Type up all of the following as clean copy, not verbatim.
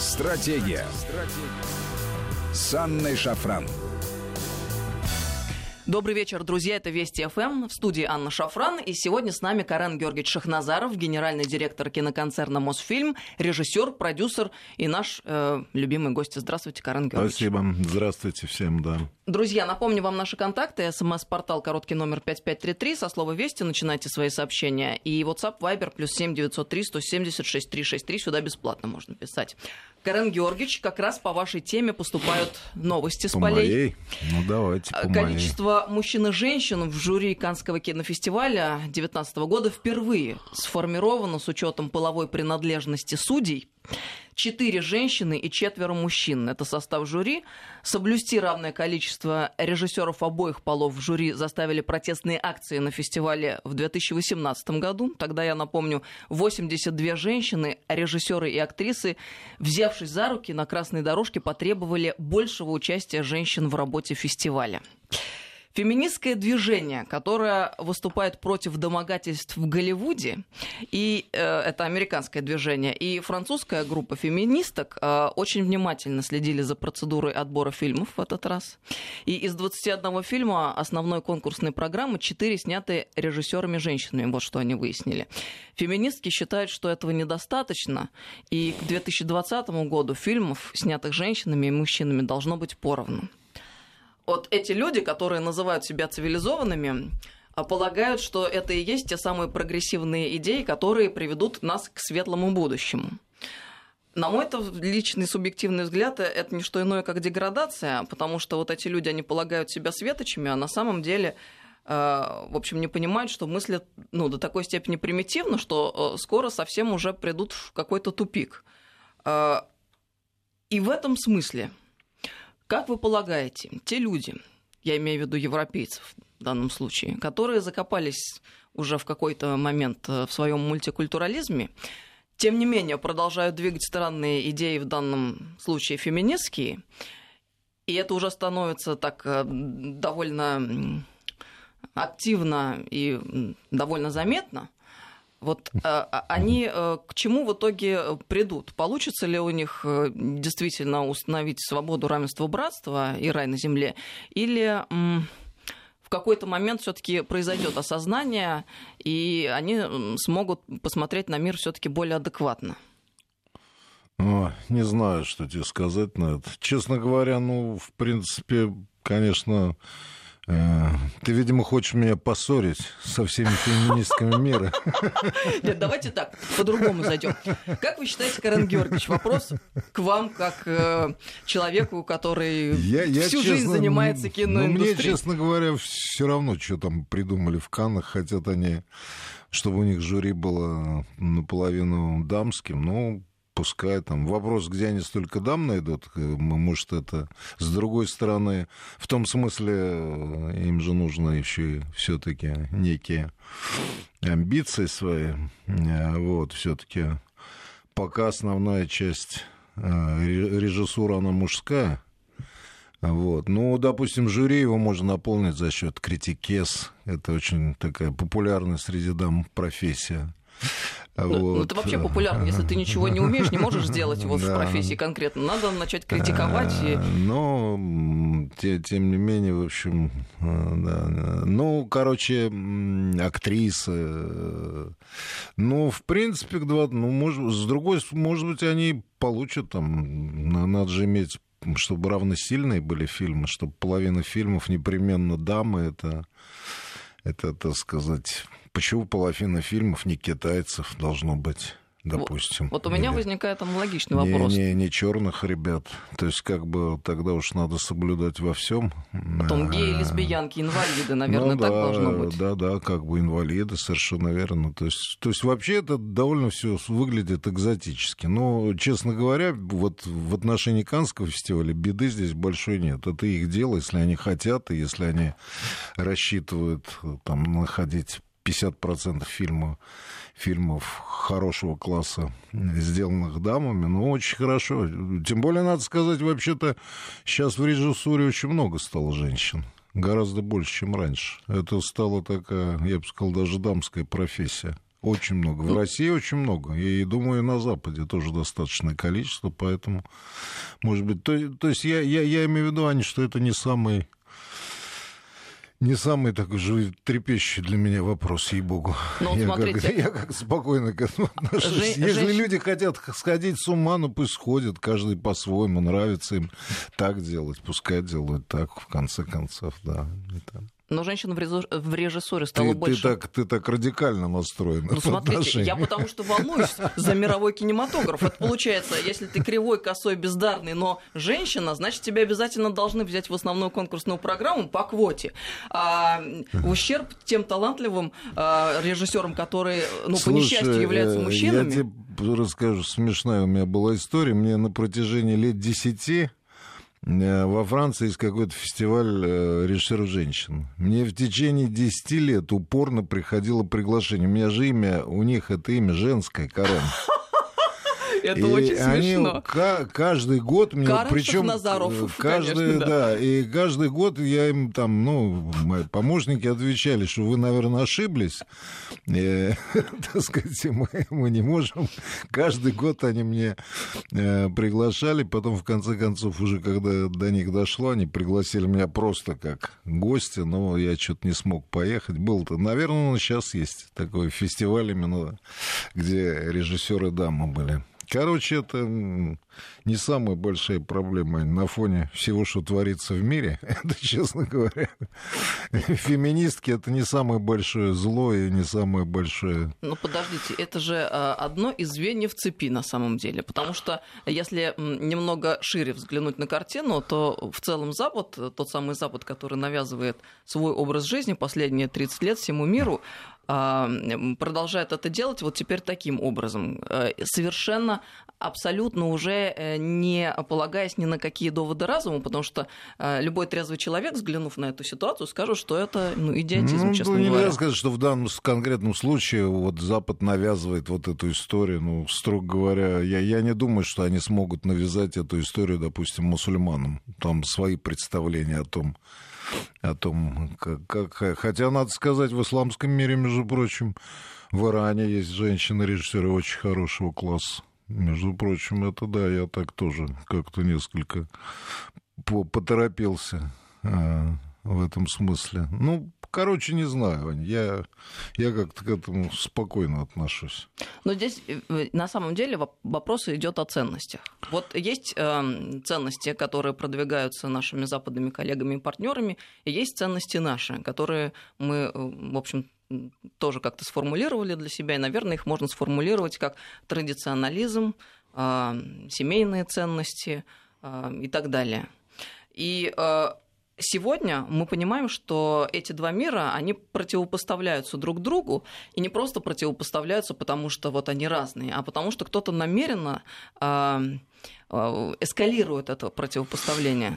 Стратегия. С Анной Шафран. Добрый вечер, друзья. Это Вести ФМ. В студии Анна Шафран. И сегодня с нами Карен Георгиевич Шахназаров, генеральный директор киноконцерна «Мосфильм», режиссер, продюсер и наш любимый гость. Здравствуйте, Карен Георгиевич. Спасибо. Здравствуйте всем, да. Друзья, напомню вам наши контакты. СМС-портал короткий номер 5533. Со слова «Вести» начинайте свои сообщения. И WhatsApp, Viber, +7 903 170 6363. Сюда бесплатно можно писать. Карен Георгиевич, как раз по вашей теме поступают новости с полей. Моей? Ну, давайте, по Количество мужчин и женщин в жюри Каннского кинофестиваля 2019 года впервые сформировано с учетом половой принадлежности судей. 4 женщины и 4 мужчин. Это состав жюри. Соблюсти равное количество режиссеров обоих полов в жюри заставили протестные акции на фестивале в 2018 году. Тогда, я напомню, 82 женщины, режиссеры и актрисы, взявшись за руки на красной дорожке, потребовали большего участия женщин в работе фестиваля. Феминистское движение, которое выступает против домогательств в Голливуде, и это американское движение, и французская группа феминисток очень внимательно следили за процедурой отбора фильмов в этот раз. И из 21 фильма основной конкурсной программы 4 сняты режиссерами-женщинами, вот что они выяснили. Феминистки считают, что этого недостаточно, и к 2020 году фильмов, снятых женщинами и мужчинами, должно быть поровну. Вот эти люди, которые называют себя цивилизованными, полагают, что это и есть те самые прогрессивные идеи, которые приведут нас к светлому будущему. На мой личный субъективный взгляд, это не что иное, как деградация, потому что вот эти люди, они полагают себя светочами, а на самом деле, в общем, не понимают, что мыслят до такой степени примитивно, что скоро совсем уже придут в какой-то тупик. И в этом смысле... Как вы полагаете, те люди, я имею в виду европейцев в данном случае, которые закопались уже в какой-то момент в своем мультикультурализме, тем не менее продолжают двигать странные идеи, в данном случае феминистские, и это уже становится так довольно активно и довольно заметно, вот они к чему в итоге придут? Получится ли у них действительно установить свободу, равенство, братство и рай на земле? Или в какой-то момент все-таки произойдет осознание, и они смогут посмотреть на мир все-таки более адекватно? Не знаю, что тебе сказать на это. Честно говоря, в принципе, конечно... Ты, видимо, хочешь меня поссорить со всеми феминистками мира. Нет, давайте так, по-другому зайдем. Как вы считаете, Карен Георгиевич, вопрос к вам, как человеку, который всю жизнь занимается киноиндустрией? Мне, честно говоря, все равно, что там придумали в Каннах. Хотят они, чтобы у них жюри было наполовину дамским, пускай там. Вопрос, где они столько дам найдут, может, это с другой стороны, в том смысле, им же нужно еще и все-таки некие амбиции свои. Вот, все-таки пока основная часть режиссуры, она мужская. Вот. Допустим, жюри его можно наполнить за счет критикес. Это очень такая популярная среди дам профессия. Это вообще популярно. Если ты ничего не умеешь, не можешь сделать в профессии конкретно, надо начать критиковать. Но, тем не менее, в общем, актрисы. В принципе, с другой, может быть, они получат там, надо же иметь, чтобы равносильные были фильмы, чтобы половина фильмов непременно дамы, это, так сказать... Почему половина фильмов не китайцев должно быть, допустим? Вот у меня возникает аналогичный вопрос. Не черных ребят. То есть, тогда уж надо соблюдать во всем. Потом геи, лесбиянки, инвалиды, наверное, так должно быть. Да, инвалиды, совершенно верно. То есть вообще это довольно все выглядит экзотически. Но, честно говоря, вот в отношении Каннского фестиваля беды здесь большой нет. Это их дело, если они хотят, и если они рассчитывают там находить 50% фильмов хорошего класса, сделанных дамами, очень хорошо. Тем более, надо сказать, вообще-то сейчас в режиссуре очень много стало женщин. Гораздо больше, чем раньше. Это стала такая, я бы сказал, даже дамская профессия. Очень много. В России очень много. И, думаю, на Западе тоже достаточное количество, поэтому, может быть... То есть я имею в виду, Аня, что это не самый такой животрепещущий для меня вопрос, ей-богу. Ну, смотрите, я как спокойно к этому отношусь. Если люди хотят сходить с ума, ну пусть сходят, каждый по-своему, нравится им так делать, пускай делают так, в конце концов, да. Но женщин в режиссуре стало больше. Ты так радикально настроен. Ну, смотрите, я потому что волнуюсь за мировой кинематограф. Это получается, если ты кривой, косой, бездарный, но женщина, значит, тебя обязательно должны взять в основную конкурсную программу по квоте. В ущерб тем талантливым режиссерам, которые, по несчастью, являются мужчинами. Я тебе расскажу, смешная у меня была история. Мне на протяжении лет 10 во Франции есть какой-то фестиваль режиссеров женщин. Мне в течение 10 лет упорно приходило приглашение. У меня же имя, у них это имя женское, Карен. Это очень смешно. Каждый год мне, причем Назаров, и каждый год я им там, мои помощники отвечали, что вы, наверное, ошиблись. Так сказать, мы не можем. Каждый год они мне приглашали, потом в конце концов уже когда до них дошло, они пригласили меня просто как гостя, но я что-то не смог поехать. Был-то, наверное, сейчас есть такой фестиваль именно, где режиссеры дамы были. Короче, это не самая большая проблема на фоне всего, что творится в мире. Это, честно говоря, феминистки — это не самое большое зло и не самое большое... Ну, подождите, это же одно из звеньев цепи на самом деле. Потому что если немного шире взглянуть на картину, то в целом Запад, тот самый Запад, который навязывает свой образ жизни последние 30 лет всему миру, продолжает это делать вот теперь таким образом, совершенно абсолютно уже не полагаясь ни на какие доводы разума, потому что любой трезвый человек, взглянув на эту ситуацию, скажет, что это идиотизм, честно говоря. Нельзя сказать, что в данном конкретном случае вот Запад навязывает вот эту историю. Строго говоря, я не думаю, что они смогут навязать эту историю, допустим, мусульманам. Там свои представления о том, как... Хотя, надо сказать, в исламском мире, между прочим, в Иране есть женщины-режиссеры очень хорошего класса. Между прочим, это да, я так тоже как-то несколько поторопился в этом смысле. Короче, не знаю, Вань, я как-то к этому спокойно отношусь. Но здесь на самом деле вопрос идет о ценностях. Вот есть ценности, которые продвигаются нашими западными коллегами и партнерами, и есть ценности наши, которые мы, в общем, тоже как-то сформулировали для себя, и, наверное, их можно сформулировать как традиционализм, семейные ценности и так далее. И сегодня мы понимаем, что эти два мира, они противопоставляются друг другу, и не просто противопоставляются, потому что вот они разные, а потому что кто-то намеренно эскалирует это противопоставление.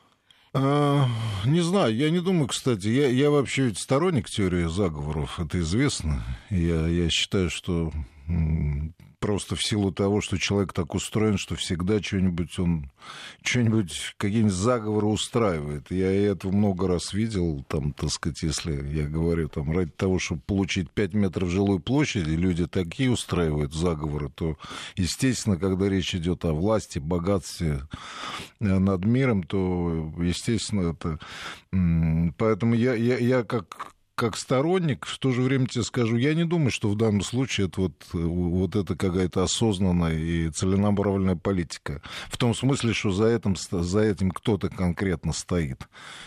Не знаю, я не думаю, кстати. Я вообще ведь сторонник теории заговоров, это известно. Я считаю, что просто в силу того, что человек так устроен, что всегда какие-нибудь заговоры устраивает. Я этого много раз видел, там, так сказать, если я говорю, там, ради того, чтобы получить 5 метров жилой площади, люди такие устраивают заговоры, то, естественно, когда речь идет о власти, богатстве над миром, то, естественно, это... Поэтому я как сторонник, в то же время тебе скажу, я не думаю, что в данном случае это вот это какая-то осознанная и целенаправленная политика. В том смысле, что за этим кто-то конкретно стоит.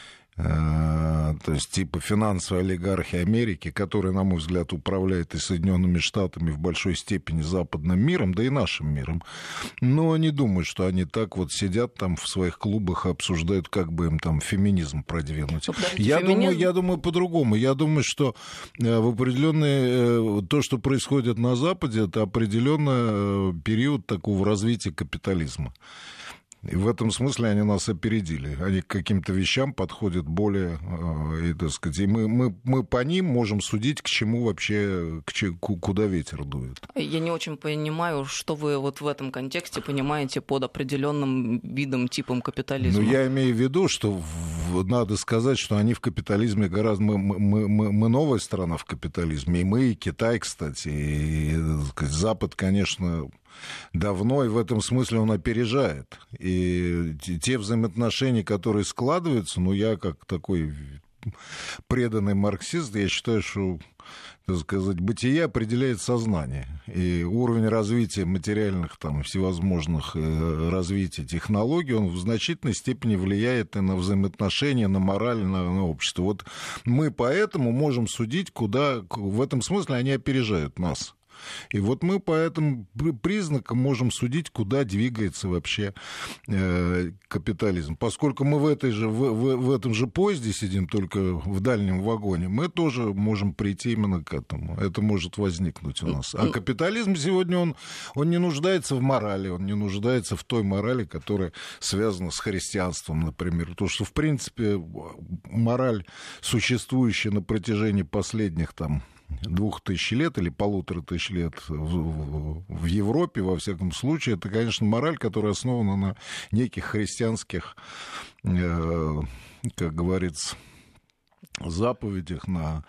То есть типа финансовой олигархии Америки, которая, на мой взгляд, управляет и Соединенными Штатами в большой степени западным миром, да и нашим миром. Но не думаю, что они так вот сидят там в своих клубах и обсуждают, как бы им там феминизм продвинуть. Я думаю по-другому. Я думаю, что в определенный то, что происходит на Западе, это определенный период такого развития капитализма. И в этом смысле они нас опередили. Они к каким-то вещам подходят более, и, так сказать, и мы по ним можем судить, к чему вообще, куда ветер дует. Я не очень понимаю, что вы вот в этом контексте понимаете под определенным видом, типом капитализма. Я имею в виду, что надо сказать, что они в капитализме гораздо... Мы новая страна в капитализме, и мы, и Китай, кстати, и Запад, конечно, давно, и в этом смысле он опережает. И те взаимоотношения, которые складываются, я как такой преданный марксист, я считаю, что, так сказать, бытие определяет сознание. И уровень развития материальных, всевозможных развития технологий, он в значительной степени влияет и на взаимоотношения, на мораль, на общество. Вот мы поэтому можем судить, куда... В этом смысле они опережают нас. И вот мы по этим признакам можем судить, куда двигается вообще капитализм. Поскольку мы в этом же поезде сидим, только в дальнем вагоне, мы тоже можем прийти именно к этому. Это может возникнуть у нас. А капитализм сегодня, он не нуждается в морали, он не нуждается в той морали, которая связана с христианством, например. Потому что, в принципе, мораль, существующая на протяжении последних 2000 лет или 1500 лет в Европе, во всяком случае, это, конечно, мораль, которая основана на неких христианских, как говорится, заповедях,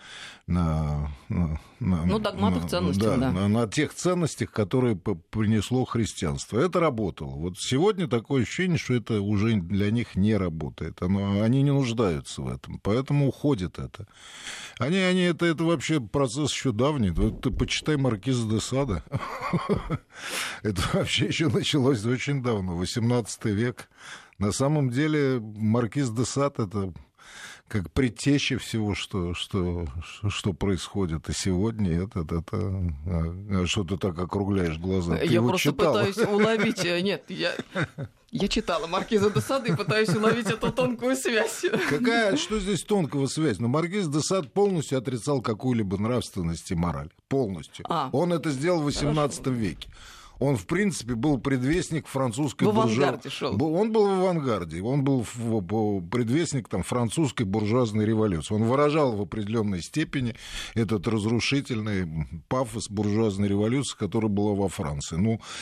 догматах, ценностях, на тех ценностях, которые принесло христианство. Это работало. Вот сегодня такое ощущение, что это уже для них не работает. Они не нуждаются в этом, поэтому уходит это. Это вообще процесс еще давний. Ты почитай Маркиза де Сада. Это вообще еще началось очень давно, 18 век. На самом деле Маркиз де Сад — это как предтеча всего, что происходит. И сегодня что ты так округляешь глаза? Я просто пытаюсь уловить... Нет, я читала Маркиза де Сада и пытаюсь уловить эту тонкую связь. Что здесь тонкого связь? Маркиз де Сад полностью отрицал какую-либо нравственность и мораль. Полностью. Он это сделал в XVIII веке. Он, в принципе, был предвестник французской авангарде шел. Он был в авангарде. Он был предвестник французской буржуазной революции. Он выражал в определенной степени этот разрушительный пафос буржуазной революции, которая была во Франции.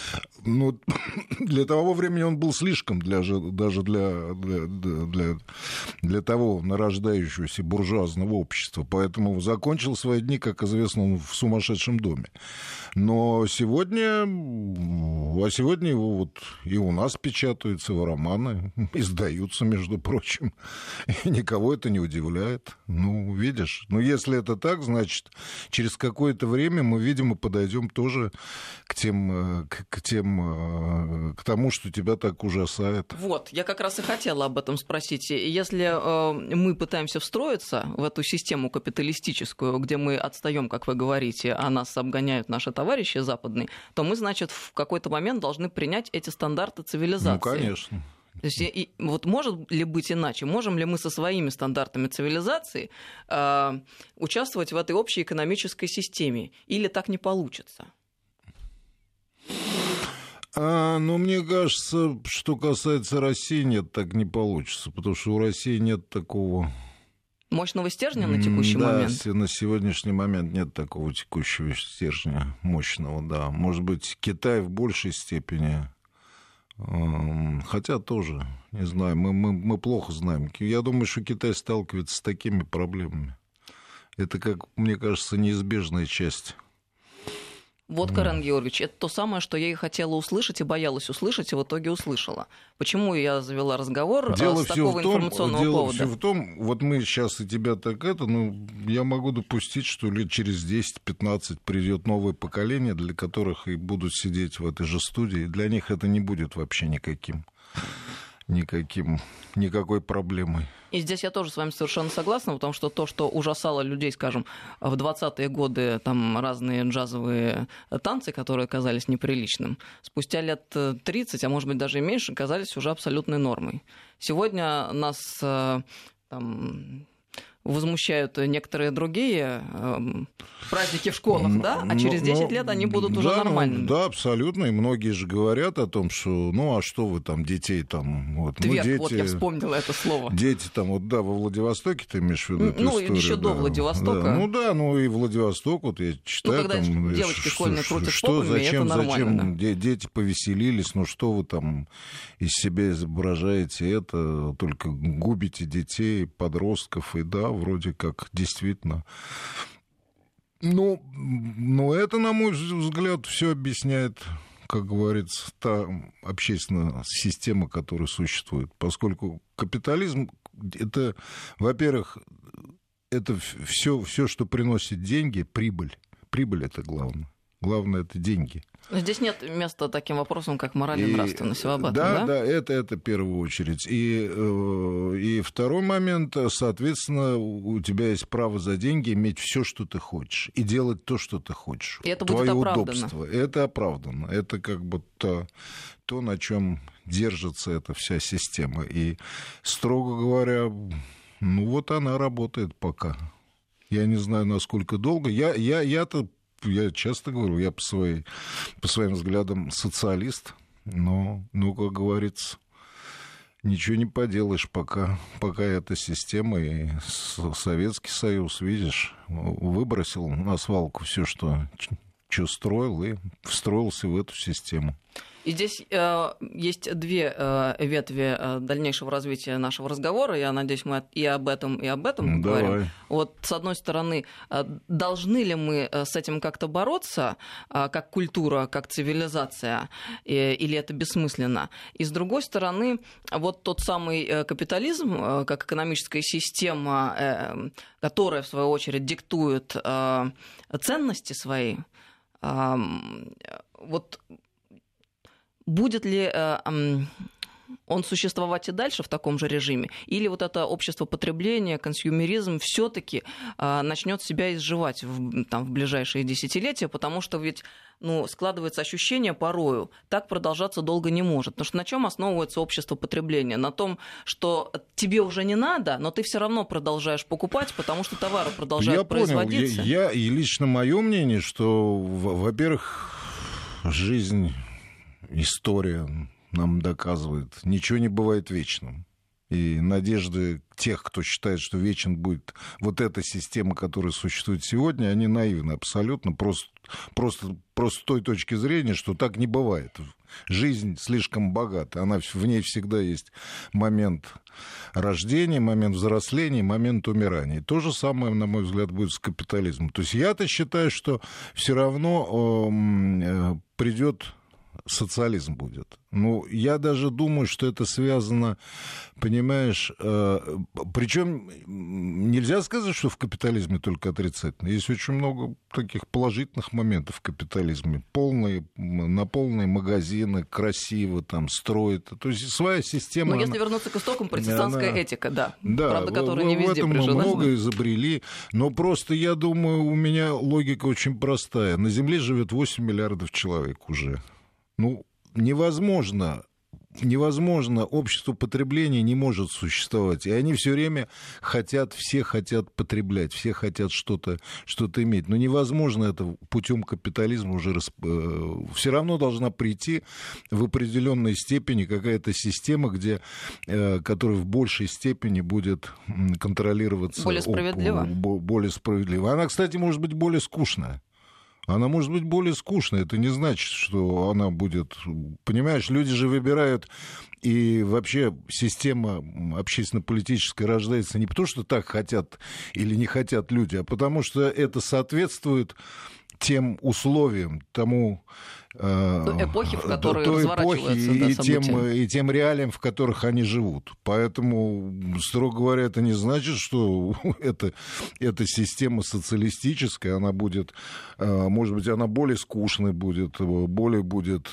Для того времени он был слишком даже для того нарождающегося буржуазного общества. Поэтому закончил свои дни, как известно, он в сумасшедшем доме. Но сегодня его и у нас печатаются его романы, издаются, между прочим, и никого это не удивляет. Видишь, если это так, значит, через какое-то время мы, видимо, подойдем тоже к тому, что тебя так ужасает. Вот, я как раз и хотела об этом спросить. Если мы пытаемся встроиться в эту систему капиталистическую, где мы отстаем, как вы говорите, а нас обгоняют наши товарищи западные, то мы, значит, в какой-то момент должны принять эти стандарты цивилизации. Конечно. То есть, может ли быть иначе? Можем ли мы со своими стандартами цивилизации участвовать в этой общей экономической системе? Или так не получится? Мне кажется, что касается России, нет, так не получится. Потому что у России нет такого... Мощного стержня на текущий момент? Да, на сегодняшний момент нет такого текущего стержня мощного, да. Может быть, Китай в большей степени, хотя тоже, не знаю, мы плохо знаем. Я думаю, что Китай сталкивается с такими проблемами. Это, как мне кажется, неизбежная часть. Вот, Карен Георгиевич, это то самое, что я и хотела услышать, и боялась услышать, и в итоге услышала. Почему я завела разговор с такого информационного повода? Дело все в том, вот мы сейчас и тебя так я могу допустить, что лет через 10-15 придет новое поколение, для которых и будут сидеть в этой же студии, и для них это не будет вообще никакой проблемой. И здесь я тоже с вами совершенно согласна, потому что то, что ужасало людей, скажем, в 20-е годы, разные джазовые танцы, которые казались неприличным, спустя лет 30, а может быть даже и меньше, казались уже абсолютной нормой. Сегодня нас возмущают некоторые другие праздники в школах, да? А через 10 лет они будут уже нормальными. Да, абсолютно. И многие же говорят о том, что, ну, а что вы там, детей там... Вот, Тверк, дети, вот я вспомнила это слово. Дети там, вот, да, во Владивостоке ты имеешь в виду эту ну, историю? еще до Владивостока. Да, ну и Владивосток, вот я читаю... Ну, когда там, девочки школьные крутят что, попами, зачем, это нормально. Зачем дети повеселились, ну что вы там из себя изображаете это, только губите детей, подростков, и да, вроде как действительно... Ну, это, на мой взгляд, все объясняет, как говорится, та общественная система, которая существует. Поскольку капитализм, это, во-первых, это все, что приносит деньги, прибыль. Прибыль — это главное. Главное — это деньги. Но здесь нет места таким вопросам, как мораль и нравственность в этом, да? Да, это в первую очередь. И второй момент, соответственно, у тебя есть право за деньги иметь все, что ты хочешь, и делать то, что ты хочешь. И это твое будет оправдано. Удобство. Это оправдано. Это как бы то, на чем держится эта вся система. И, строго говоря, ну вот она работает пока. Я не знаю, насколько долго. Я часто говорю, я по своим взглядам социалист, но, как говорится, ничего не поделаешь, пока эта система и Советский Союз, видишь, выбросил на свалку все, что строил, и встроился в эту систему. И здесь есть две ветви дальнейшего развития нашего разговора. Я надеюсь, мы и об этом поговорим. Вот, с одной стороны, должны ли мы с этим как-то бороться, как культура, как цивилизация, или это бессмысленно? И с другой стороны, вот тот самый капитализм, как экономическая система, которая, в свою очередь, диктует ценности свои, вот... Будет ли он существовать и дальше в таком же режиме? Или вот это общество потребления, консюмеризм все-таки начнет себя изживать в ближайшие десятилетия? Потому что ведь складывается ощущение порою, так продолжаться долго не может. Потому что на чем основывается общество потребления? На том, что тебе уже не надо, но ты все равно продолжаешь покупать, потому что товары продолжают производиться. И лично мое мнение, что, во-первых, жизнь... История нам доказывает, ничего не бывает вечным. И надежды тех, кто считает, что вечен будет вот эта система, которая существует сегодня, они наивны абсолютно, просто с той точки зрения, что так не бывает. Жизнь слишком богата, в ней всегда есть момент рождения, момент взросления, момент умирания. И то же самое, на мой взгляд, будет с капитализмом. То есть я-то считаю, что все равно придет... социализм будет. Я даже думаю, что это связано, понимаешь, причем нельзя сказать, что в капитализме только отрицательно. Есть очень много таких положительных моментов в капитализме. На полные магазины, красиво там строят. То есть своя система... Но если вернуться к истокам, протестантская этика, да. Да, правда, которая не везде прижилась. В этом много изобрели. Но просто, я думаю, у меня логика очень простая. На Земле живет 8 миллиардов человек уже. Невозможно, общество потребления не может существовать. И они все время все хотят потреблять, все хотят что-то иметь. Но невозможно это путем капитализма уже... Все равно должна прийти в определенной степени какая-то система, которая в большей степени будет контролироваться... Более справедливо. Более справедливо. Она, кстати, может быть более скучная. Она может быть более скучной. Это не значит, что она будет... Понимаешь, люди же выбирают... И вообще система общественно-политическая рождается не потому, что так хотят или не хотят люди, а потому что это соответствует тем условиям, тому... эпохи, в которой разворачиваются события. И тем реалиям, в которых они живут. Поэтому, строго говоря, это не значит, что эта система социалистическая, она будет, может быть, она более скучной будет, более будет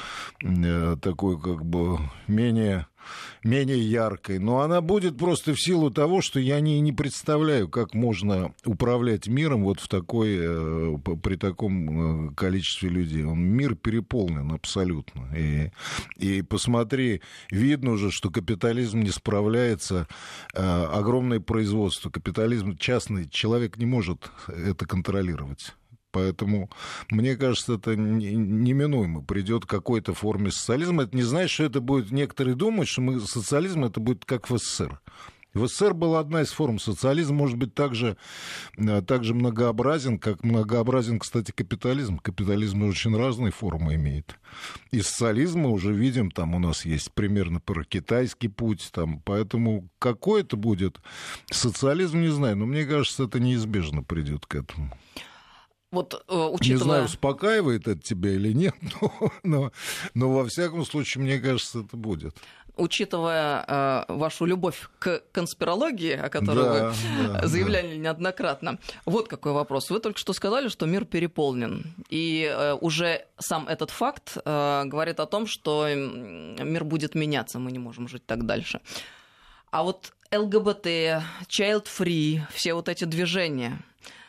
такой, как бы, менее яркой, но она будет просто в силу того, что я не представляю, как можно управлять миром вот при таком количестве людей. Мир мир переполнен абсолютно. И посмотри, видно уже, что капитализм не справляется, огромное производство, капитализм частный, человек не может это контролировать. Поэтому, мне кажется, это неминуемо придет к какой-то форме социализма. Это не значит, что это будет... Некоторые думают, что социализм это будет как в СССР. В СССР была одна из форм. Социализм может быть так же многообразен, как многообразен, кстати, капитализм. Капитализм очень разные формы имеет. И социализм мы уже видим, там у нас есть примерно про китайский путь, там, поэтому какой это будет социализм, не знаю, но мне кажется, это неизбежно придет к этому. Вот, учитывая... Не знаю, успокаивает это тебя или нет, но во всяком случае, мне кажется, это будет. Учитывая вашу любовь к конспирологии, о которой вы заявляли неоднократно, вот какой вопрос. Вы только что сказали, что мир переполнен. И уже сам этот факт говорит о том, что мир будет меняться, мы не можем жить так дальше. А вот ЛГБТ, Child Free, все вот эти движения...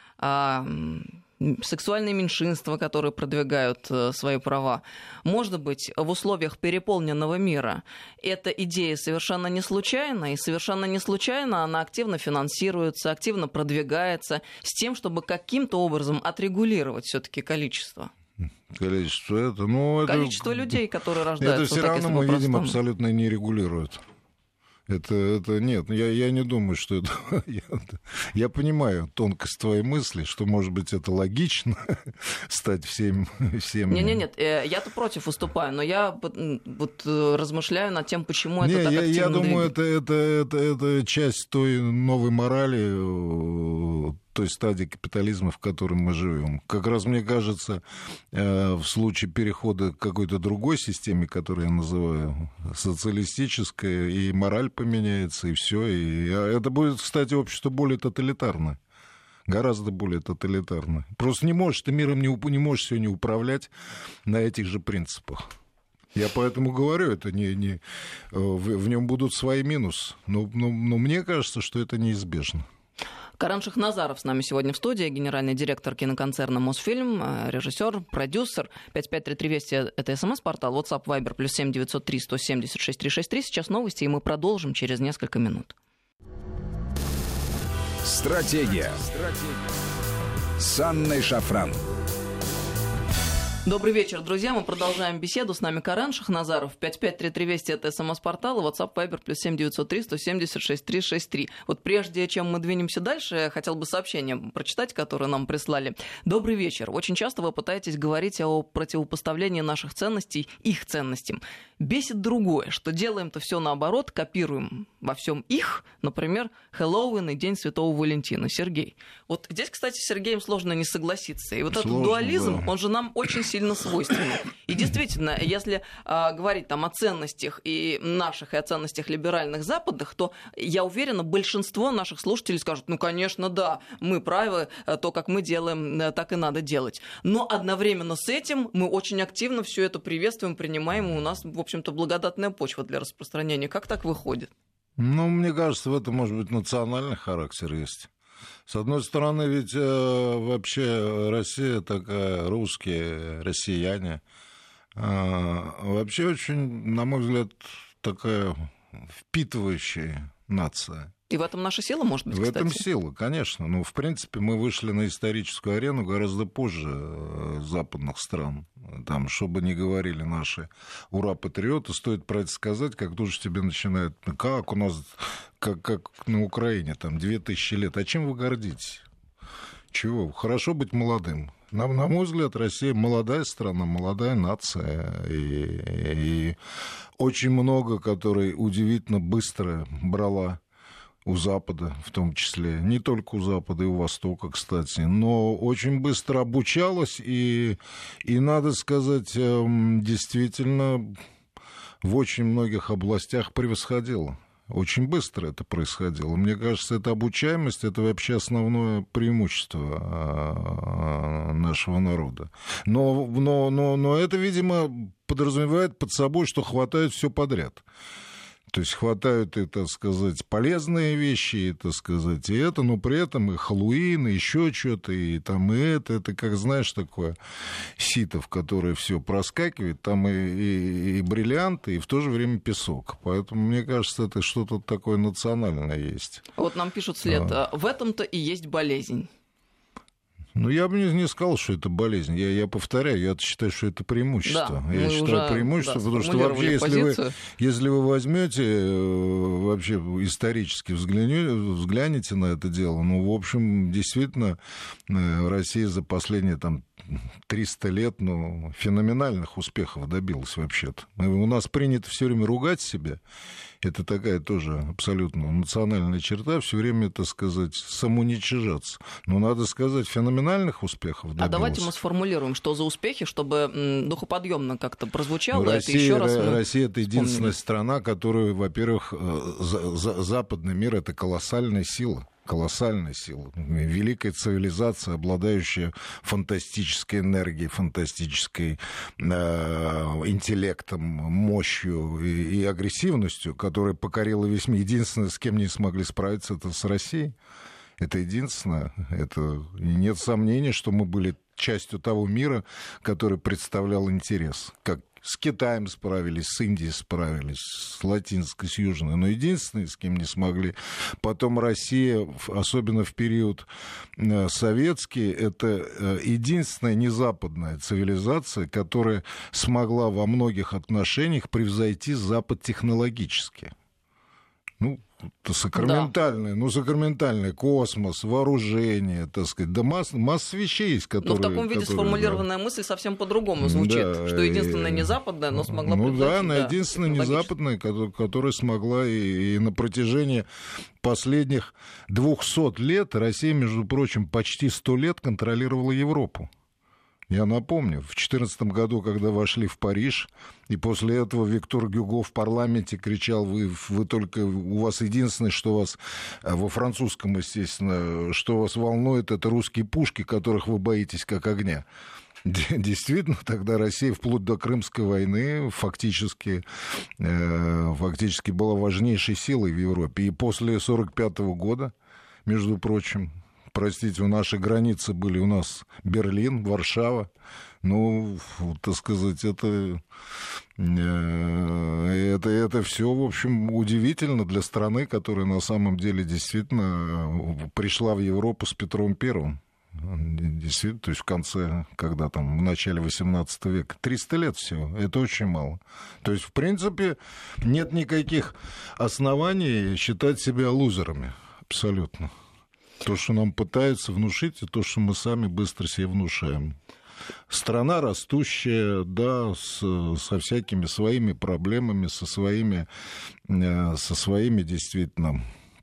сексуальные меньшинства, которые продвигают свои права. Может быть, в условиях переполненного мира эта идея совершенно не случайна, и совершенно не случайно она активно финансируется, активно продвигается с тем, чтобы каким-то образом отрегулировать все-таки количество. Количество людей, которые рождаются. Это все равно мы видим абсолютно не регулируют. Это нет, я не думаю, что это... Я понимаю тонкость твоей мысли, что, может быть, это логично, стать всем... Нет, я-то против выступаю, но я вот размышляю над тем, почему это так активно Я думаю, это часть той новой морали, той стадии капитализма, в которой мы живем. Как раз, мне кажется, в случае перехода к какой-то другой системе, которую я называю социалистической, и мораль поменяется, и все. И это будет, кстати, общество более тоталитарное. Гораздо более тоталитарное. Просто не можешь, ты миром не можешь сегодня управлять на этих же принципах. Я поэтому говорю, это в нем будут свои минусы. Но мне кажется, что это неизбежно. Карен Шахназаров с нами сегодня в студии, генеральный директор киноконцерна «Мосфильм», режиссер, продюсер. 553320 — это СМС-портал, WhatsApp, Viber, +7 903 176 363. Сейчас новости, и мы продолжим через несколько минут. Стратегия. С Анной Шафран. Добрый вечер, друзья. Мы продолжаем беседу. С нами Карен Шахназаров. 553320 — это СМС-портал, WhatsApp, Viber, +7 903 176 363. Вот прежде чем мы двинемся дальше, я хотел бы сообщение прочитать, которое нам прислали. Добрый вечер. Очень часто вы пытаетесь говорить о противопоставлении наших ценностей их ценностям. Бесит другое, что делаем-то все наоборот, копируем во всем их, например, Хэллоуин и День Святого Валентина. Сергей. Вот здесь, кстати, с Сергеем сложно не согласиться. И вот этот дуализм, он же нам очень сильно свойственны. И действительно, если говорить там о ценностях и наших, и о ценностях либеральных западных, то, я уверена, большинство наших слушателей скажут, ну, конечно, да, мы правы, то, как мы делаем, так и надо делать. Но одновременно с этим мы очень активно все это приветствуем, принимаем, и у нас, в общем-то, благодатная почва для распространения. Как так выходит? Ну, мне кажется, в этом, может быть, национальный характер есть. С одной стороны, ведь вообще Россия такая, русские, россияне, вообще очень, на мой взгляд, такая впитывающая нация. И в этом наша сила, может быть, кстати? В этом кстати? сила, конечно. Ну, в принципе, мы вышли на историческую арену гораздо позже западных стран. Там, что бы ни говорили наши ура-патриоты, стоит про это сказать, как тут же тебе начинают... Как у нас, как на Украине, там, 2000 лет. А чем вы гордитесь? Чего? Хорошо быть молодым. На мой взгляд, Россия молодая страна, молодая нация. И очень много, которой удивительно быстро брала у Запада, в том числе, не только у Запада, и у Востока, кстати, но очень быстро обучалась, и надо сказать, действительно в очень многих областях превосходила. Очень быстро это происходило. Мне кажется, эта обучаемость — это вообще основное преимущество нашего народа. Но это, видимо, подразумевает под собой, что хватает все подряд. То есть хватают и, так сказать, полезные вещи, и, так сказать, и это, но при этом и Хэллоуин, и еще что-то, и там и это как, знаешь, такое сито, в которое все проскакивает, там и бриллианты, и в то же время песок. Поэтому, мне кажется, это что-то такое национальное есть. Вот нам пишут вслед, в этом-то и есть болезнь. Ну, я бы не сказал, что это болезнь. Я повторяю, я считаю, что это преимущество. Да, я считаю преимущество, потому что вообще, если вы возьмете, вообще исторически взглянете на это дело, ну, в общем, действительно, Россия за последние там 300 лет, ну, феноменальных успехов добилась вообще-то. У нас принято все время ругать себя. Это такая тоже абсолютно национальная черта, все время, так сказать, самоуничижаться. Но надо сказать, феноменальных успехов добилась. А давайте мы сформулируем, что за успехи, чтобы духоподъемно как-то прозвучало. Ну, это еще раз Россия — это единственная страна, которая, во-первых, западный мир — это колоссальная сила. Колоссальная сила. Великая цивилизация, обладающая фантастической энергией, фантастической интеллектом, мощью и агрессивностью, которая покорила весь мир. Единственное, с кем не смогли справиться, это с Россией. Это единственное. И нет сомнений, что мы были частью того мира, который представлял интерес. Как с Китаем справились, с Индией справились, с Латинской, с Южной. Но единственное, с кем не смогли. Потом Россия, особенно в период советский, это единственная незападная цивилизация, которая смогла во многих отношениях превзойти Запад технологически. Ну, это сакраментальное, да. Сакраментальное, космос, вооружение, так сказать, да масса вещей есть, которые... Но в таком виде сформулированная мысль совсем по-другому звучит, да, что единственная не западная, но смогла превзойти. Да, она единственная не западная, которая смогла и на протяжении последних 200 лет Россия, между прочим, почти 100 лет контролировала Европу. Я напомню, в 2014 году, когда вошли в Париж, и после этого Виктор Гюго в парламенте кричал, вы только, у вас единственное, что вас, во французском, естественно, что вас волнует, это русские пушки, которых вы боитесь как огня. Действительно, тогда Россия вплоть до Крымской войны фактически была важнейшей силой в Европе. И после 1945 года, между прочим, простите, наши границы были у нас Берлин, Варшава. Ну, так сказать, это все, в общем, удивительно для страны, которая на самом деле действительно пришла в Европу с Петром Первым. Действительно, то есть в конце, когда там, в начале 18 века. 300 лет всего, это очень мало. То есть, в принципе, нет никаких оснований считать себя лузерами. Абсолютно. То, что нам пытаются внушить, и то, что мы сами быстро себе внушаем. Страна растущая, да, со всякими своими проблемами, со своими действительно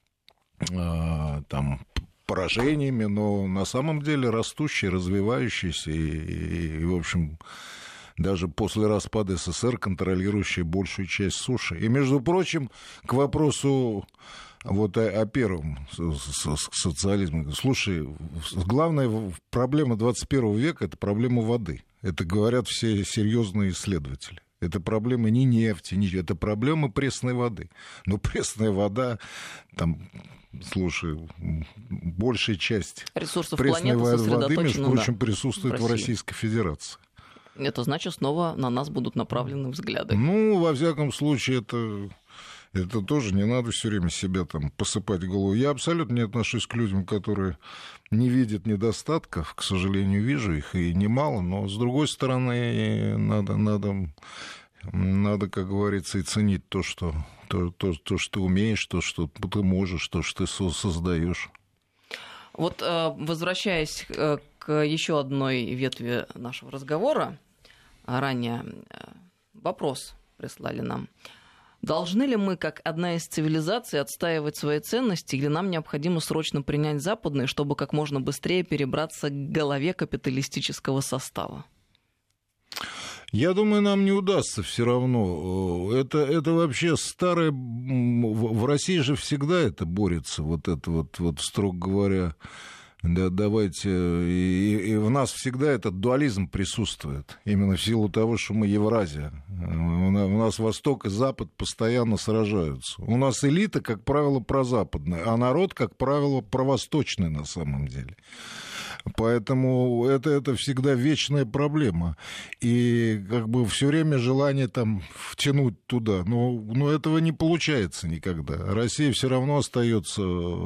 там поражениями, но на самом деле растущая, развивающаяся и в общем, даже после распада СССР контролирующая большую часть суши. И, между прочим, к вопросу вот о первом социализме. Слушай, главная проблема 21 века — это проблема воды. Это говорят все серьезные исследователи. Это проблема не нефти, это проблема пресной воды. Но пресная вода, там, слушай, большая часть ресурсов пресной воды, между прочим, да, присутствует в Российской Федерации. Это значит, снова на нас будут направлены взгляды. Ну, во всяком случае, это тоже не надо все время себя там посыпать голову. Я абсолютно не отношусь к людям, которые не видят недостатков. К сожалению, вижу их, и немало. Но, с другой стороны, надо, как говорится, и ценить то, что ты умеешь, то, что ты можешь, то, что ты создаешь. Вот, возвращаясь к еще одной ветви нашего разговора, ранее вопрос прислали нам. Должны ли мы, как одна из цивилизаций, отстаивать свои ценности, или нам необходимо срочно принять западные, чтобы как можно быстрее перебраться к голове капиталистического состава? Я думаю, нам не удастся все равно. Это вообще старое... В России же всегда это борется, вот это вот, строго говоря, Да, давайте. И в нас всегда этот дуализм присутствует. Именно в силу того, что мы Евразия. У нас Восток и Запад постоянно сражаются. У нас элита, как правило, прозападная, а народ, как правило, провосточный на самом деле. Поэтому это всегда вечная проблема. И как бы все время желание там втянуть туда. Но этого не получается никогда. Россия все равно остается...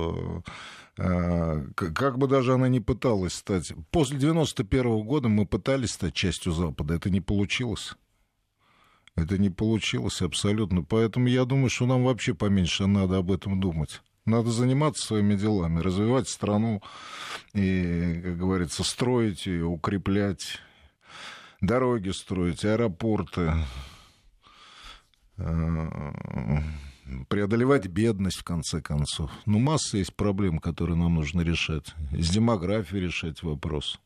Как бы даже она ни пыталась стать... После 91 года мы пытались стать частью Запада. Это не получилось. Это не получилось абсолютно. Поэтому я думаю, что нам вообще поменьше надо об этом думать. Надо заниматься своими делами, развивать страну и, как говорится, строить ее, укреплять, дороги строить, аэропорты, преодолевать бедность, в конце концов. Масса есть проблем, которые нам нужно решать. С демографией решать вопрос.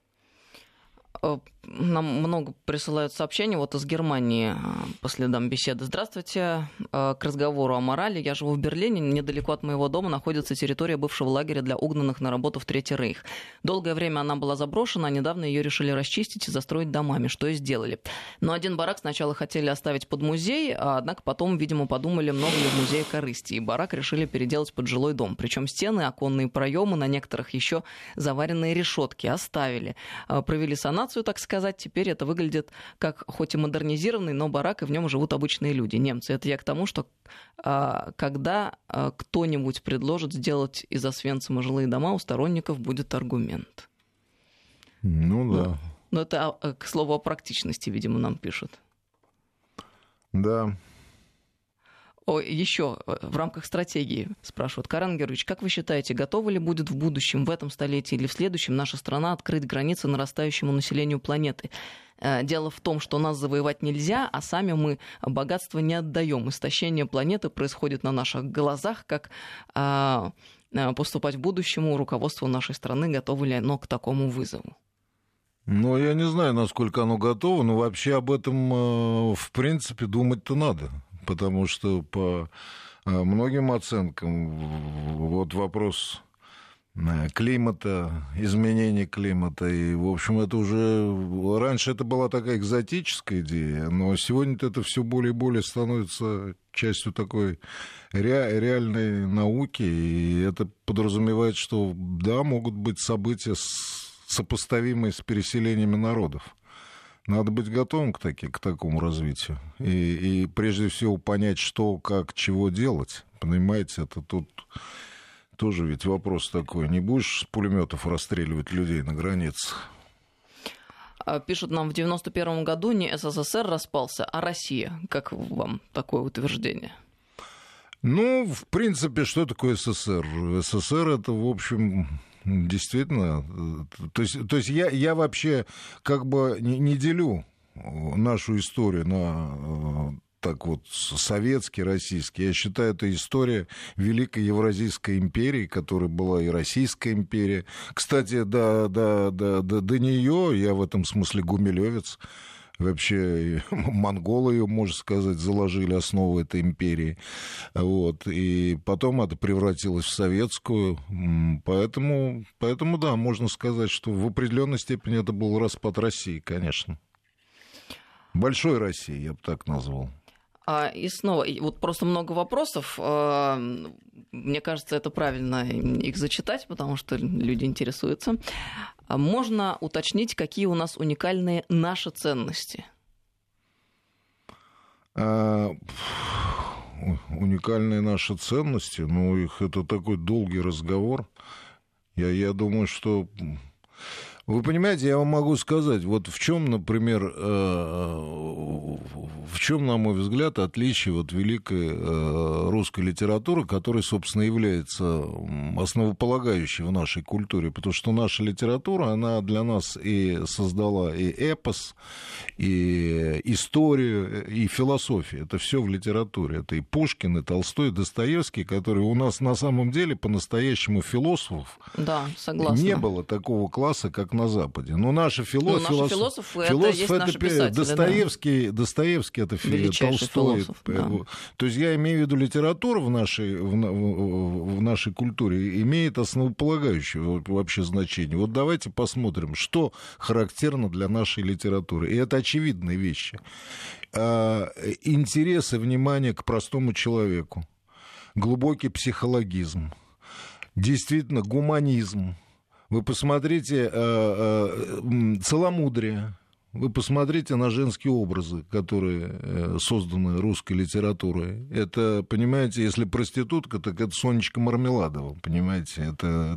Нам много присылают сообщений вот из Германии по следам беседы. Здравствуйте. К разговору о морали. Я живу в Берлине. Недалеко от моего дома находится территория бывшего лагеря для угнанных на работу в Третий Рейх. Долгое время она была заброшена, а недавно ее решили расчистить и застроить домами, что и сделали. Но один барак сначала хотели оставить под музей, однако потом, видимо, подумали, много ли в музее корысти, и барак решили переделать под жилой дом. Причем стены, оконные проемы, на некоторых еще заваренные решетки оставили. Провели санацию, так сказать. Теперь это выглядит как хоть и модернизированный, но барак, и в нем живут обычные люди, немцы. Это я к тому, что когда кто-нибудь предложит сделать из Освенцима жилые дома, у сторонников будет аргумент. Да. Но это, к слову, о практичности, видимо, нам пишут. Да. Еще в рамках стратегии спрашивают. Карен Георгиевич, как вы считаете, готова ли будет в будущем, в этом столетии или в следующем, наша страна открыть границы нарастающему населению планеты? Дело в том, что нас завоевать нельзя, а сами мы богатство не отдаем. Истощение планеты происходит на наших глазах. Как поступать в будущем, руководство нашей страны готово ли оно к такому вызову? Я не знаю, насколько оно готово, но вообще об этом, в принципе, думать-то надо. Потому что по многим оценкам вот вопрос климата, изменения климата, и, в общем, это уже... Раньше это была такая экзотическая идея, но сегодня это все более и более становится частью такой реальной науки, и это подразумевает, что, да, могут быть события, сопоставимые с переселениями народов. Надо быть готовым к такому развитию. И прежде всего понять, что, как, чего делать. Понимаете, это тут тоже ведь вопрос такой. Не будешь с пулеметов расстреливать людей на границах? Пишут нам, в 91 году не СССР распался, а Россия. Как вам такое утверждение? В принципе, что такое СССР? СССР — это, в общем... Действительно. То есть я вообще как бы не делю нашу историю на так вот советский, российский. Я считаю, это история Великой Евразийской империи, которая была и Российская империя. Кстати, до нее, я в этом смысле гумилевец, вообще монголы ее, можно сказать, заложили основу этой империи. Вот. И потом это превратилось в советскую. Поэтому, да, можно сказать, что в определенной степени это был распад России, конечно. Большой России, я бы так назвал. И снова, вот просто много вопросов. Мне кажется, это правильно их зачитать, потому что люди интересуются. Можно уточнить, какие у нас уникальные наши ценности? Уникальные наши ценности? Их это такой долгий разговор. Я думаю, что... Вы понимаете, я вам могу сказать, вот в чем, например, в чем, на мой взгляд, отличие от великой русской литературы, которая, собственно, является основополагающей в нашей культуре, потому что наша литература, она для нас и создала и эпос, и историю, и философию. Это все в литературе. Это и Пушкин, и Толстой, и Достоевский, которые у нас на самом деле по-настоящему философов. Да, согласна. Не было такого класса, как на Западе. Но наши философы, это есть наши писатели, Достоевский это и Толстой. Философ, да. То есть я имею в виду, литература в нашей культуре имеет основополагающее вообще значение. Вот давайте посмотрим, что характерно для нашей литературы. И это очевидные вещи. Интерес и внимание к простому человеку, глубокий психологизм, действительно гуманизм. Вы посмотрите целомудрие. Вы посмотрите на женские образы, которые созданы русской литературой. Это, понимаете, если проститутка, так это Сонечка Мармеладова, понимаете?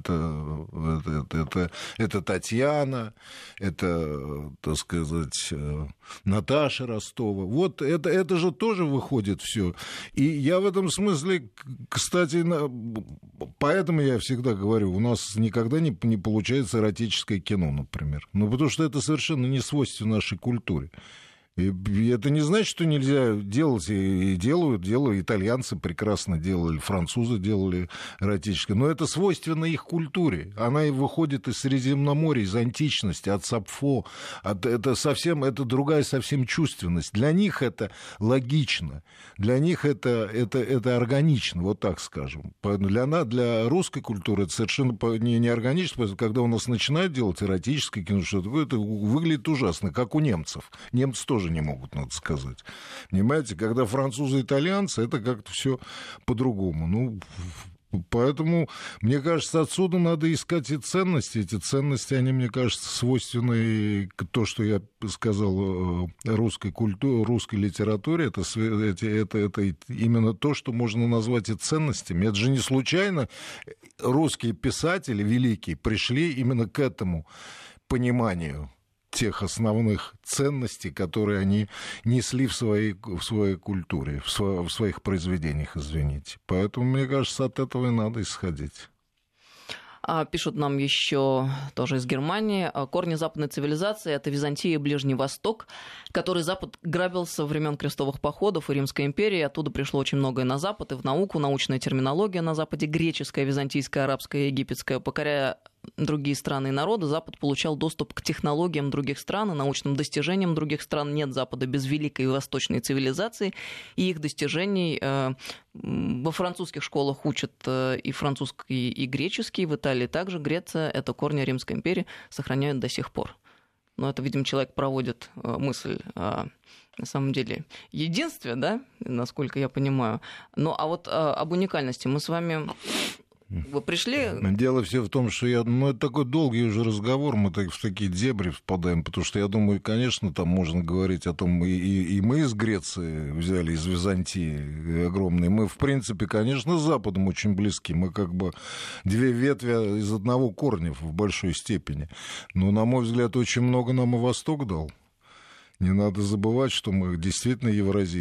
Это Татьяна, это, так сказать, Наташа Ростова. Вот это же тоже выходит все. И я в этом смысле, кстати, поэтому я всегда говорю, у нас никогда не получается эротическое кино, например. Ну, потому что это совершенно не свойственно нашей культуре. И это не значит, что нельзя делать, и делают, итальянцы прекрасно делали, французы делали эротическое, но это свойственно их культуре. Она и выходит из Средиземноморья, из античности, от Сапфо. Это другая совсем чувственность. Для них это логично, для них это органично, вот так скажем. Для русской культуры это совершенно не органично, потому что когда у нас начинают делать эротическое кино, что такое, это выглядит ужасно, как у немцев. Немцы тоже не могут, надо сказать. Понимаете, когда французы и итальянцы, это как-то все по-другому. Ну, поэтому, мне кажется, отсюда надо искать и ценности. Эти ценности, они, мне кажется, свойственны то, что я сказал, русской культуре, русской литературе. Это именно то, что можно назвать и ценностями. Это же не случайно русские писатели великие пришли именно к этому пониманию тех основных ценностей, которые они несли в своей культуре, в своих произведениях, извините. Поэтому, мне кажется, от этого и надо исходить. Пишут нам еще тоже из Германии. Корни западной цивилизации — это Византия и Ближний Восток, который Запад грабил со времен крестовых походов и Римской империи. Оттуда пришло очень многое на Запад и в науку, научная терминология на Западе, греческая, византийская, арабская, египетская. Покоряя другие страны и народы, Запад получал доступ к технологиям других стран и научным достижениям других стран. Нет Запада без великой восточной цивилизации и их достижений. Во французских школах учат и французский, и греческий, в Италии также. Греция — это корни Римской империи, сохраняют до сих пор. Но это, видимо, человек проводит мысль на самом деле единстве, да, насколько я понимаю. Ну, а вот об уникальности мы с вами... Вы пришли... Дело все в том, что это такой долгий уже разговор, мы в такие дебри впадаем, потому что я думаю, конечно, там можно говорить о том, и мы из Греции взяли, из Византии огромные. Мы, в принципе, конечно, с Западом очень близки. Мы как бы две ветви из одного корня в большой степени. Но, на мой взгляд, очень много нам и Восток дал. Не надо забывать, что мы действительно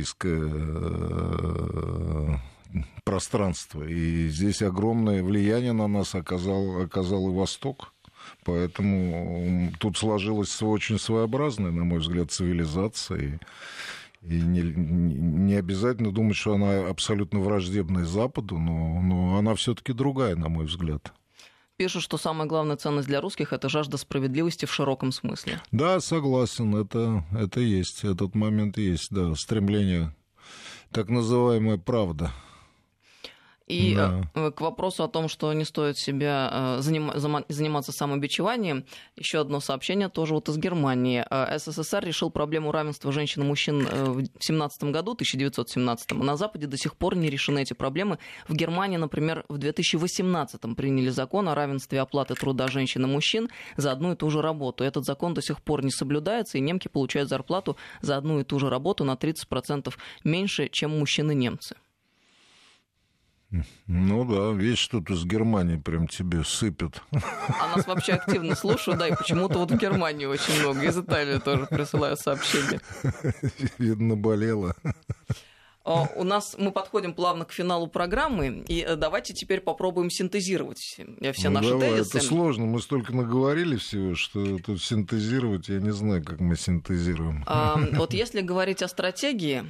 евразийское пространство, и здесь огромное влияние на нас оказал и Восток. Поэтому тут сложилась очень своеобразная, на мой взгляд, цивилизация. И не обязательно думать, что она абсолютно враждебная Западу, но она все-таки другая, на мой взгляд. Пишут, что самая главная ценность для русских — это жажда справедливости в широком смысле. Да, согласен, это есть, этот момент есть, да, стремление, так называемая правда. И к вопросу о том, что не стоит себя заниматься самобичеванием, еще одно сообщение тоже вот из Германии. СССР решил проблему равенства женщин и мужчин в 1917 году. На Западе до сих пор не решены эти проблемы. В Германии, например, в 2018 приняли закон о равенстве оплаты труда женщин и мужчин за одну и ту же работу. Этот закон до сих пор не соблюдается, и немки получают зарплату за одну и ту же работу на 30% меньше, чем мужчины-немцы. Ну да, видишь, тут из Германии прям тебе сыпят. А нас вообще активно слушают, да, и почему-то вот в Германии очень много, из Италии тоже присылают сообщения. Видно, болело. Мы подходим плавно к финалу программы, и давайте теперь попробуем синтезировать все наши тезисы. Это сложно, мы столько наговорили всего, что тут синтезировать, я не знаю, как мы синтезируем. Вот если говорить о стратегии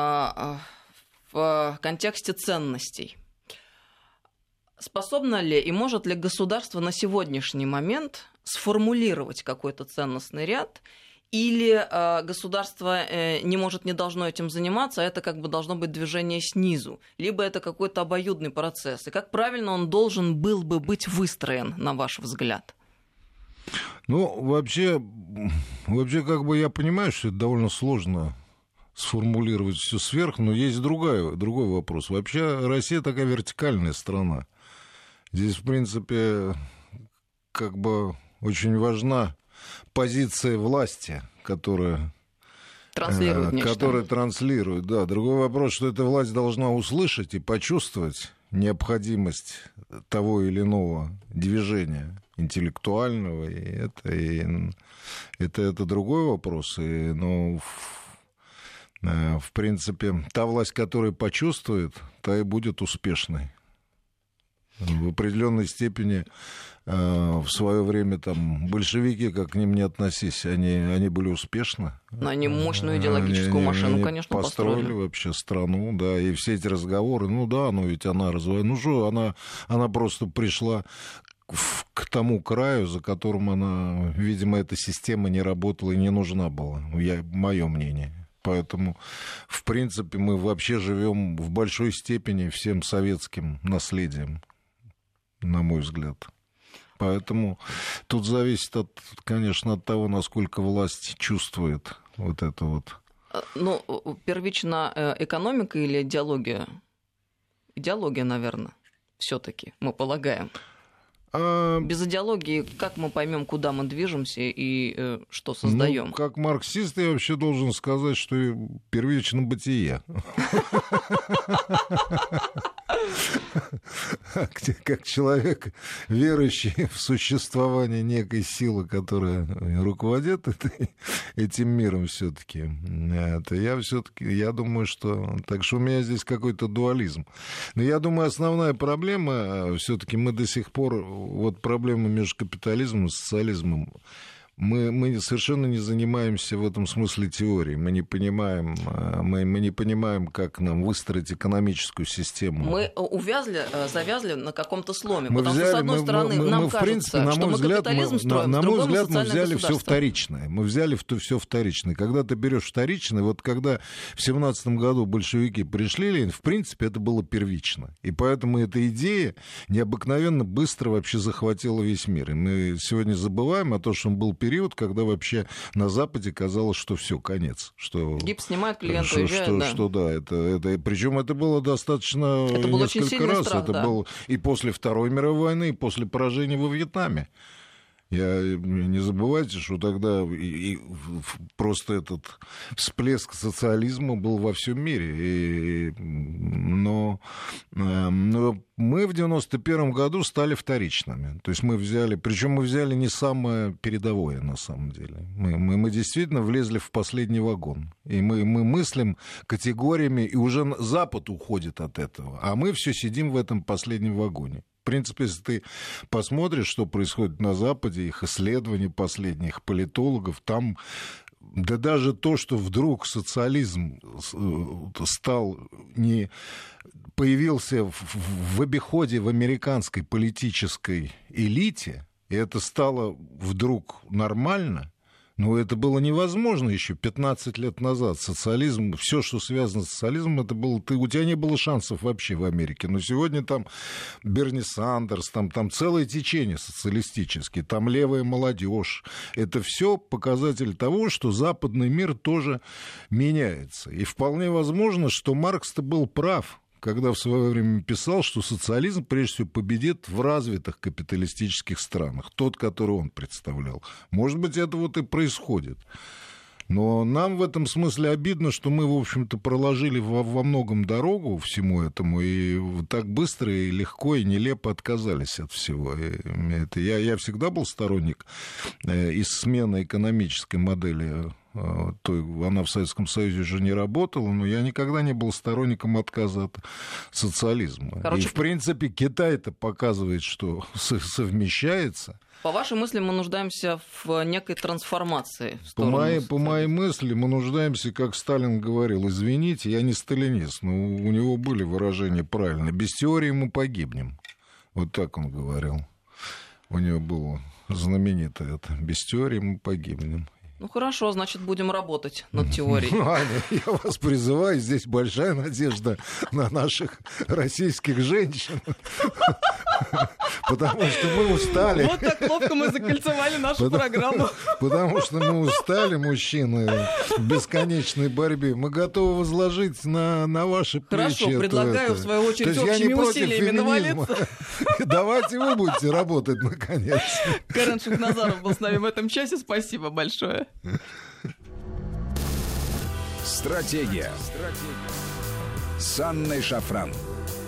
в контексте ценностей, способно ли и может ли государство на сегодняшний момент сформулировать какой-то ценностный ряд Или государство не может, не должно этим заниматься, а это как бы должно быть движение снизу. Либо это какой-то обоюдный процесс. И как правильно он должен был бы быть выстроен, на ваш взгляд? Ну, вообще, как бы я понимаю, что это довольно сложно сформулировать все сверху, но есть другой вопрос. Вообще Россия такая вертикальная страна. Здесь, в принципе, как бы очень важна позиция власти, которая транслирует. Да. Другой вопрос, что эта власть должна услышать и почувствовать необходимость того или иного движения интеллектуального. И это другой вопрос. Но в принципе, та власть, которая почувствует, та и будет успешной. В определенной степени в свое время там большевики, как к ним не относись, они были успешны. Но они мощную идеологическую машину, они конечно, построили вообще страну, да, и все эти разговоры, ведь она развивает, она просто пришла к тому краю, за которым она, видимо, эта система не работала и не нужна была, мое мнение. Поэтому, в принципе, мы вообще живем в большой степени всем советским наследием, на мой взгляд. Поэтому тут зависит, конечно, от того, насколько власть чувствует вот это вот. Ну, первично экономика или идеология? Идеология, наверное, все-таки, мы полагаем. Без идеологии как мы поймем, куда мы движемся и что создаем? Ну, как марксист я вообще должен сказать, что первично бытие. Как человек, верующий в существование некой силы, которая руководит этим миром все-таки, я думаю, что... Так что у меня здесь какой-то дуализм. Но я думаю, основная проблема все-таки мы до сих пор... Вот проблема между капитализмом и социализмом. Мы совершенно не занимаемся в этом смысле теорией. Мы не понимаем, как нам выстроить экономическую систему. Мы завязли на каком-то сломе. Потому что, с одной стороны, нам кажется, что мы капитализм строим, на с мой другой взгляд, мы взяли все вторичное. Мы взяли все вторичное. Когда ты берешь вторичное, вот когда в 17 году большевики пришли, в принципе, это было первично. И поэтому эта идея необыкновенно быстро вообще захватила весь мир. И мы сегодня забываем о том, что он был период, когда вообще на Западе казалось, что все, конец. Что, гипс снимают, клиент уезжает, Причем это было достаточно это был очень сильный раз. Страх, это был и после Второй мировой войны, и после поражения во Вьетнаме. Не забывайте, что тогда просто этот всплеск социализма был во всем мире. Но мы в 91 году стали вторичными. То есть мы взяли не самое передовое на самом деле. Мы действительно влезли в последний вагон. И мы мыслим категориями, и уже Запад уходит от этого. А мы все сидим в этом последнем вагоне. В принципе, если ты посмотришь, что происходит на Западе, их исследования последних политологов, там даже то, что вдруг социализм появился в обиходе в американской политической элите, и это стало вдруг нормально, но это было невозможно еще 15 лет назад. Социализм, все, что связано с социализмом, это было... У тебя не было шансов вообще в Америке. Но сегодня там Берни Сандерс, там целое течение социалистическое, там левая молодежь. Это все показатель того, что западный мир тоже меняется. И вполне возможно, что Маркс-то был прав, когда в свое время писал, что социализм, прежде всего, победит в развитых капиталистических странах, тот, который он представлял. Может быть, это вот и происходит. Но нам в этом смысле обидно, что мы, в общем-то, проложили во многом дорогу всему этому, и так быстро и легко и нелепо отказались от всего. Я всегда был сторонник из смены экономической модели. Она в Советском Союзе уже не работала, но я никогда не был сторонником отказа от социализма. И, в принципе, Китай-то показывает, что совмещается. По вашей мысли, мы нуждаемся в некой трансформации. По моей мысли, мы нуждаемся, как Сталин говорил, извините, я не сталинист, но у него были выражения правильные. Без теории мы погибнем. Вот так он говорил. У него было знаменитое это. Без теории мы погибнем. Ну хорошо, значит, будем работать над теорией. Аня, я вас призываю, здесь большая надежда на наших российских женщин. Потому что мы устали. Вот так ловко мы закольцевали нашу программу. Потому что мы устали, мужчины, в бесконечной борьбе. Мы готовы возложить на ваши плечи. Хорошо, предлагаю, в свою очередь, общими усилиями навалиться. Давайте вы будете работать, наконец. Карен Шахназаров был с нами в этом часе. Спасибо большое. Стратегия. С Анной Шафран.